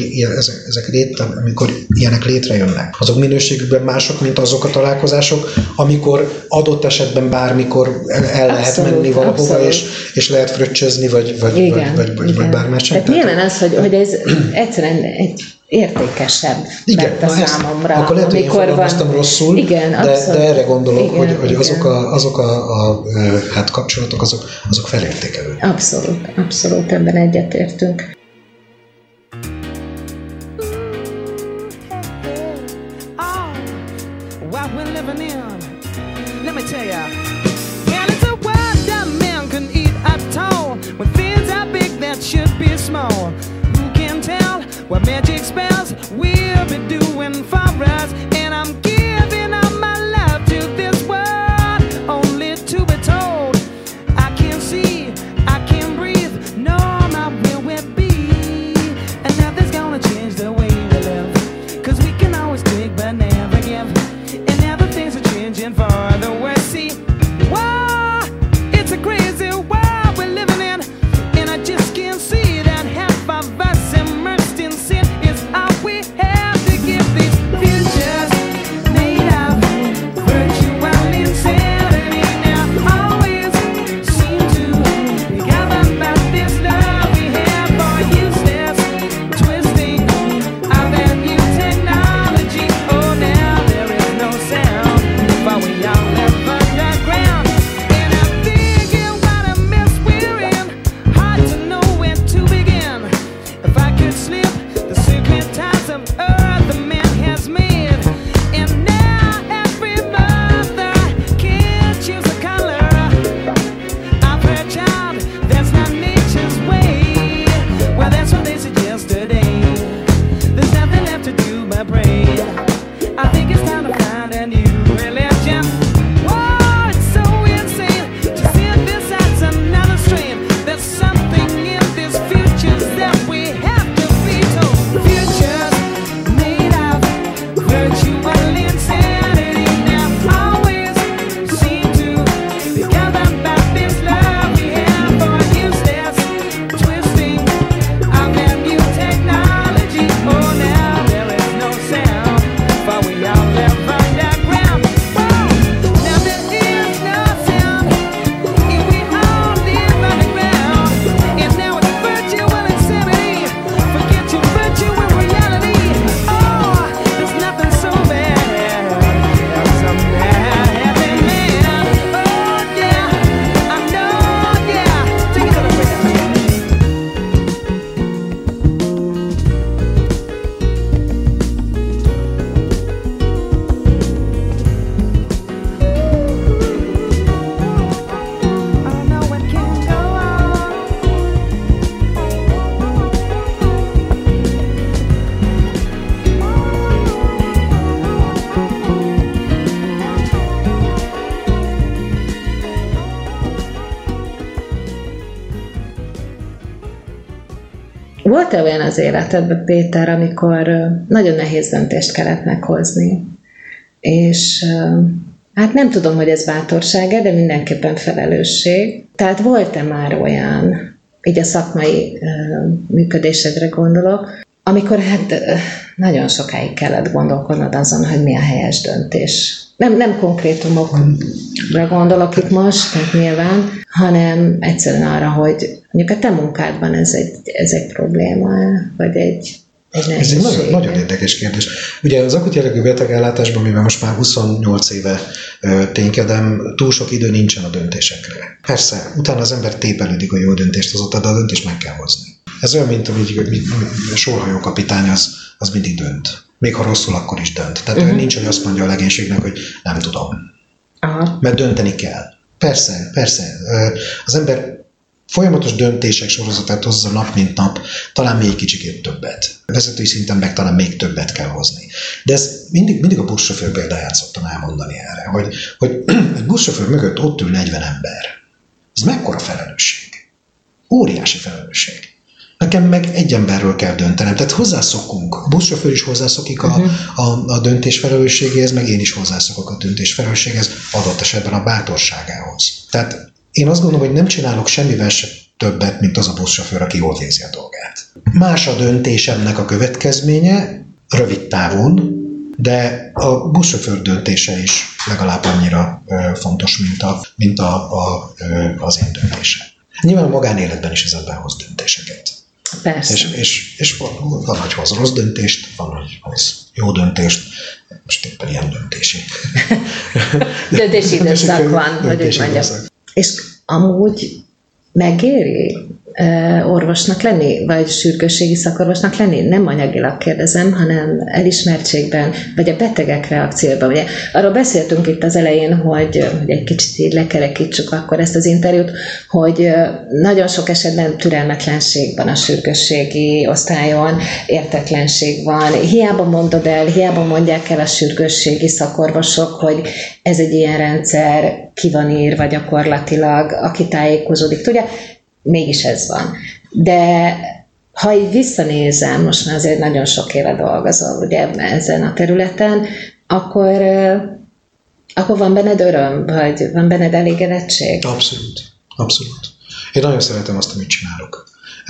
ilyenek létrejönnek, azok minőségükben mások, mint azok a találkozások, amikor adott esetben bármikor el lehet menni valahova, és lehet fröccsözni, vagy bármilyen sem. Tehát nyilván az, hogy ez egyszerűen egy értékesebb lett a számomra. Akkor lehet, hogy én fogalmaztam rosszul, igen, de erre gondolok, igen, hogy azok a kapcsolatok, azok felértékelődnek. Abszolút ebben egyetértünk. What magic spells we'll be doing for us, and I'm giving up my love to this world, only to be told I can't see, I can't Volt-e olyan az életedben, Péter, amikor nagyon nehéz döntést kellett meghozni? És hát nem tudom, hogy ez bátorsága, de mindenképpen felelősség. Tehát volt-e már olyan, így a szakmai működésedre gondolok, amikor hát nagyon sokáig kellett gondolkodnod azon, hogy mi a helyes döntés. Nem konkrétumokra gondolok itt most, tehát nyilván, hanem egyszerűen arra, hogy mondjuk a te munkádban ez egy probléma, vagy egy nehézség. Ez egy nagyon érdekes kérdés. Ugye az akut jellegű betegellátásban, mivel most már 28 éve ténykedem, túl sok idő nincsen a döntésekre. Persze, utána az ember tépelődik, hogy jó döntést hozott, de a döntést meg kell hozni. Ez olyan, mint a sorhajókapitány, az mindig dönt. Még ha rosszul, akkor is dönt. Tehát nincs, hogy azt mondja a legénységnek, hogy nem tudom. Aha. Mert dönteni kell. Persze. Az ember folyamatos döntések sorozatát hozza nap, mint nap, talán még kicsikét többet. Vezetői szinten meg talán még többet kell hozni. De ez mindig a buszsofőr példáját szoktam elmondani erre, hogy egy buszsofőr mögött ott ül 40 ember. Ez mekkora felelősség? Óriási felelősség. Nekem meg egy emberről kell döntenem. Tehát hozzászokunk. A buszsofőr is hozzászokik a döntés felelősségéhez, meg én is hozzászokok a döntés felelősségéhez, adott esetben a bátorságához. Tehát én azt gondolom, hogy nem csinálok semmivel se többet, mint az a buszsofőr, aki jól végzi a dolgát. Más a döntésemnek a következménye, rövid távon, de a buszsofőr döntése is legalább annyira fontos, mint az én döntésem. Nyilván a magánéletben is ez ebben hoz döntéseket. Persze. És van, hogy hoz rossz döntést, van, hogy hoz jó döntést, most éppen ilyen döntési. Döntési időszak van, hogy úgy mondjam. És amúgy megéri orvosnak lenni, vagy sürgősségi szakorvosnak lenni? Nem anyagilag kérdezem, hanem elismertségben, vagy a betegek reakcióban. Ugye arról beszéltünk itt az elején, hogy egy kicsit így lekerekítsük akkor ezt az interjút, hogy nagyon sok esetben türelmetlenség van a sürgősségi osztályon, értetlenség van. Hiába mondod el, hiába mondják el a sürgősségi szakorvosok, hogy ez egy ilyen rendszer, ki van írva gyakorlatilag, aki tájékozódik, tudja, mégis ez van. De ha így visszanézem, most már azért nagyon sok éve dolgozol ugye ezen a területen, akkor van benned öröm, vagy van benned elégedettség? Abszolút. Én nagyon szeretem azt, amit csinálok.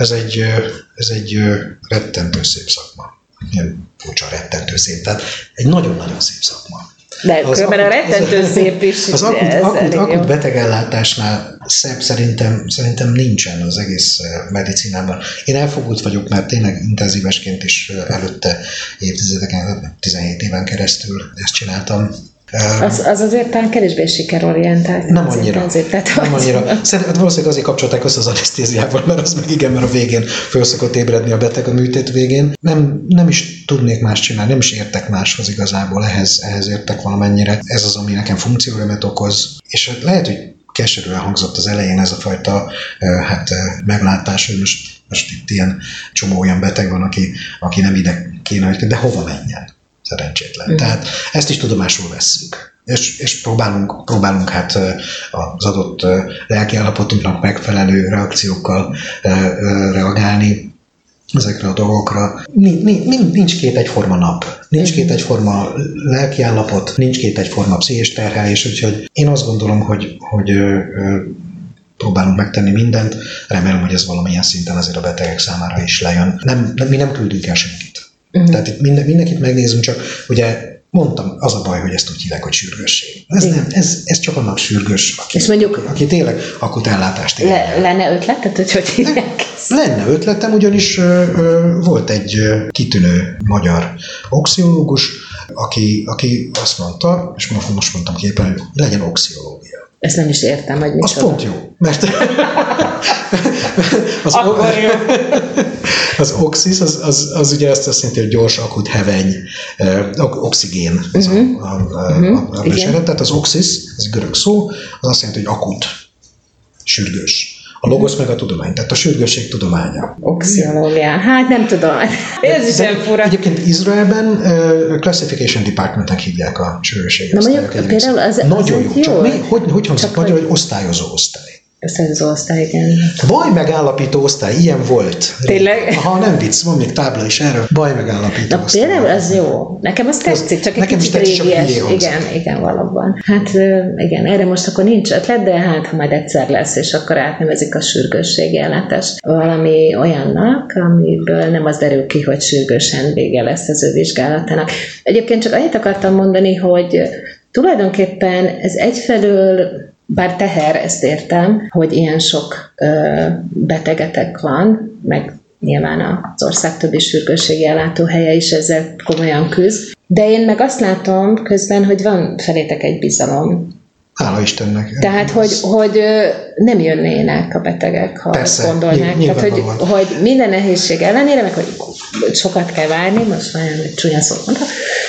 Ez egy rettentő szép szakma. Ilyen furcsa rettentő szép, tehát egy nagyon-nagyon szép szakma. De különben a rettentő szép is. Az akut betegellátásnál szebb szerintem nincsen az egész medicinában. Én elfogult vagyok, mert tényleg intenzívesként is előtte évtizedeken, 17 éven keresztül ezt csináltam. Az azért talán kevésbé sikerorientált. Nem annyira. Szerintem valószínűleg azért kapcsolták össze az anesztéziával, mert a végén föl szokott ébredni a beteg a műtét végén. Nem is tudnék más csinálni, nem is értek máshoz igazából, ehhez értek valamennyire. Ez az, ami nekem funkcióremet okoz. És lehet, hogy keserűen hangzott az elején ez a fajta meglátás, hogy most itt ilyen csomó olyan beteg van, aki nem ide kéne, de hova menjen? Szerencsétlen. Tehát ezt is tudomásul vesszük. És próbálunk hát az adott lelkiállapotunknak megfelelő reakciókkal reagálni ezekre a dolgokra. Nincs két egyforma nap, nincs két egyforma lelkiállapot, nincs két egyforma pszichés terhelés, úgyhogy én azt gondolom, hogy próbálunk megtenni mindent. Remélem, hogy ez valamilyen szinten azért a betegek számára is lejön. Mi nem küldünk el senkit. Tehát itt mindenkit megnézünk, csak ugye mondtam, az a baj, hogy ezt úgy hívják, hogy sürgősség. Ez csak annak sürgős, aki tényleg akut ellátást ér. Lenne ötleted, hogy hívják ezt? Lenne ötletem, ugyanis volt egy kitűnő magyar oxiológus, aki azt mondta, és most mondtam képen, hogy legyen oxiológia. Ezt nem is értem, hogy micsoda. Az pont jó, mert az oxis, az ugye azt jelenti, hogy gyors, akut, heveny, oxigén az a viselet. Tehát az oxis, ez görög szó, az azt jelenti, hogy akut, sürgős. A logosz meg a tudomány, tehát a sürgősség tudománya. Oxiológia, hát nem tudom, ez is nem fura. Egyébként Izraelben Classification Department-nek hívják a sürgősségi osztályokat. Például az nagyon jó. Csak hogy hangzik magyar, hogy osztályozó osztály. A szerző osztály, igen. Baj megállapító osztály, ilyen volt. Tényleg? Ha nem vicc, van még tábla is erről. Baj megállapító osztály. Például az jó. Nekem az tetszik, csak egy kicsit régies. Igen, valóban. Hát igen, erre most akkor nincs ötlet, de hát ha majd egyszer lesz, és akkor átnevezik a sürgősségi ellátást valami olyannak, amiből nem az derül ki, hogy sürgősen vége lesz az ő vizsgálatának. Egyébként csak annyit akartam mondani, hogy tulajdonképpen ez egyfelől, bár teher, ezt értem, hogy ilyen sok betegetek van, meg nyilván az ország többi sürgősségi ellátóhelye is ezzel komolyan küzd, de én meg azt látom közben, hogy van felétek egy bizalom. Hála Istennek. Tehát, hogy nem jönnének a betegek, ha persze, gondolnák. Tehát, hogy minden nehézség ellenére, meg hogy sokat kell várni, most nagyon csúnya szót mondtam,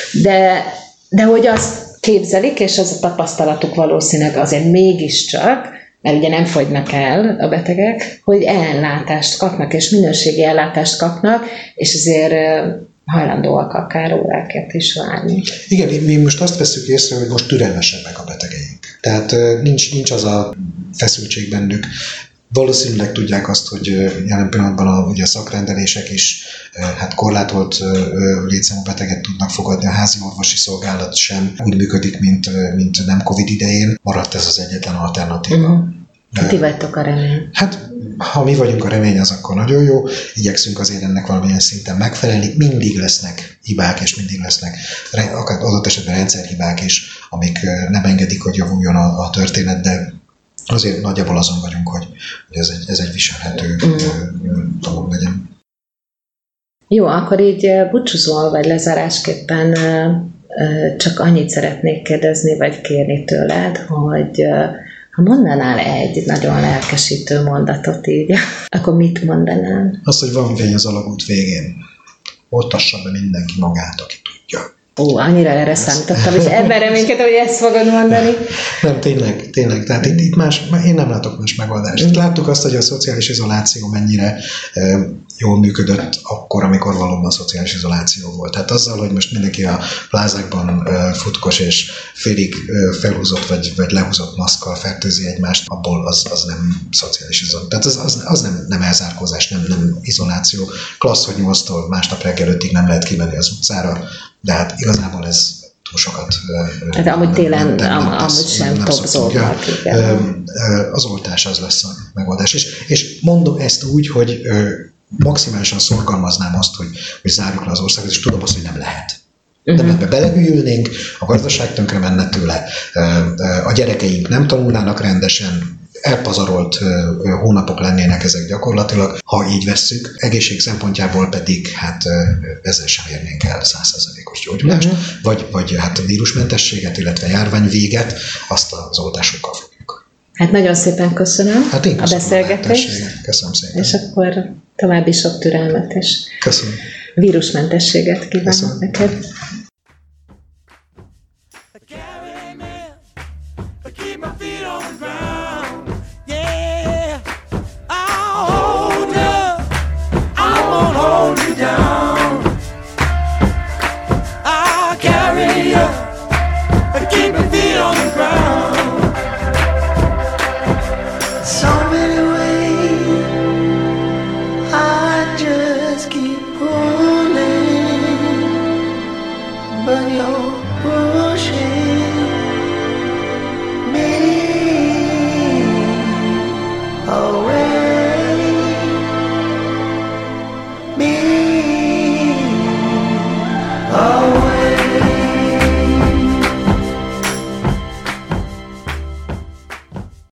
de hogy azt képzelik, és az a tapasztalatuk valószínűleg azért mégiscsak, mert ugye nem fogynak el a betegek, hogy ellátást kapnak, és minőségi ellátást kapnak, és azért hajlandóak akár órákat is várni. Igen, mi most azt veszük észre, hogy most türelmesebbek a betegeink. Tehát nincs az a feszültség bennük. Valószínűleg tudják azt, hogy jelen pillanatban ugye a szakrendelések is hát korlátolt létszámú beteget tudnak fogadni, a házi orvosi szolgálat sem úgy működik, mint nem Covid idején. Maradt ez az egyetlen alternatíva. Ti vagytok a remény. Hát, ha mi vagyunk a remény, az akkor nagyon jó. Igyekszünk azért ennek valamilyen szinten megfelelni. Mindig lesznek hibák, és mindig lesznek akár adott esetben rendszerhibák is, amik nem engedik, hogy javuljon a történet, de azért nagyjából azon vagyunk, hogy ez egy viselhető dolog legyen. Jó, akkor így búcsúzol, vagy lezárásképpen csak annyit szeretnék kérdezni, vagy kérni tőled, hogy ha mondanál egy nagyon lelkesítő mondatot így, akkor mit mondanál? Azt, hogy van fény az alagút végén. Oltassa be mindenki magát, aki tudja. Annyira erre számítottam, és ebben reménykedem, hogy ezt fogod mondani. Nem, tényleg. Tehát itt én nem látok más megoldást. Itt láttuk azt, hogy a szociális izoláció mennyire jól működött akkor, amikor valóban szociális izoláció volt. Tehát azzal, hogy most mindenki a plázákban futkos és félig felhúzott vagy lehúzott maszkkal fertőzi egymást, abból az nem szociális izoláció. Tehát az nem elzárkózás, nem izoláció. Klassz, hogy 8-tól másnap reggel 5-ig nem lehet kimenni az utcára, de hát igazából ez túl sokat... Hát amúgy télen amúgy sem topzódnak. Az oltás az lesz a megoldás. És mondom ezt úgy, hogy maximálisan szorgalmaznám azt, hogy zárjuk le az országot, és tudom azt, hogy nem lehet. De ebbe belehűlnénk, a gazdaság tönkre menne tőle, a gyerekeink nem tanulnának rendesen, elpazarolt hónapok lennének ezek gyakorlatilag, ha így vesszük. Egészség szempontjából pedig hát ezzel sem érnénk el 100%-os gyógyulást, vagy hát a vírusmentességet, illetve járványvéget, azt az oltásokkal fogjuk. Hát nagyon szépen köszönöm a beszélgetést. Köszönöm szépen. És akkor további sok türelmet és köszönöm. Vírusmentességet kívánok neked.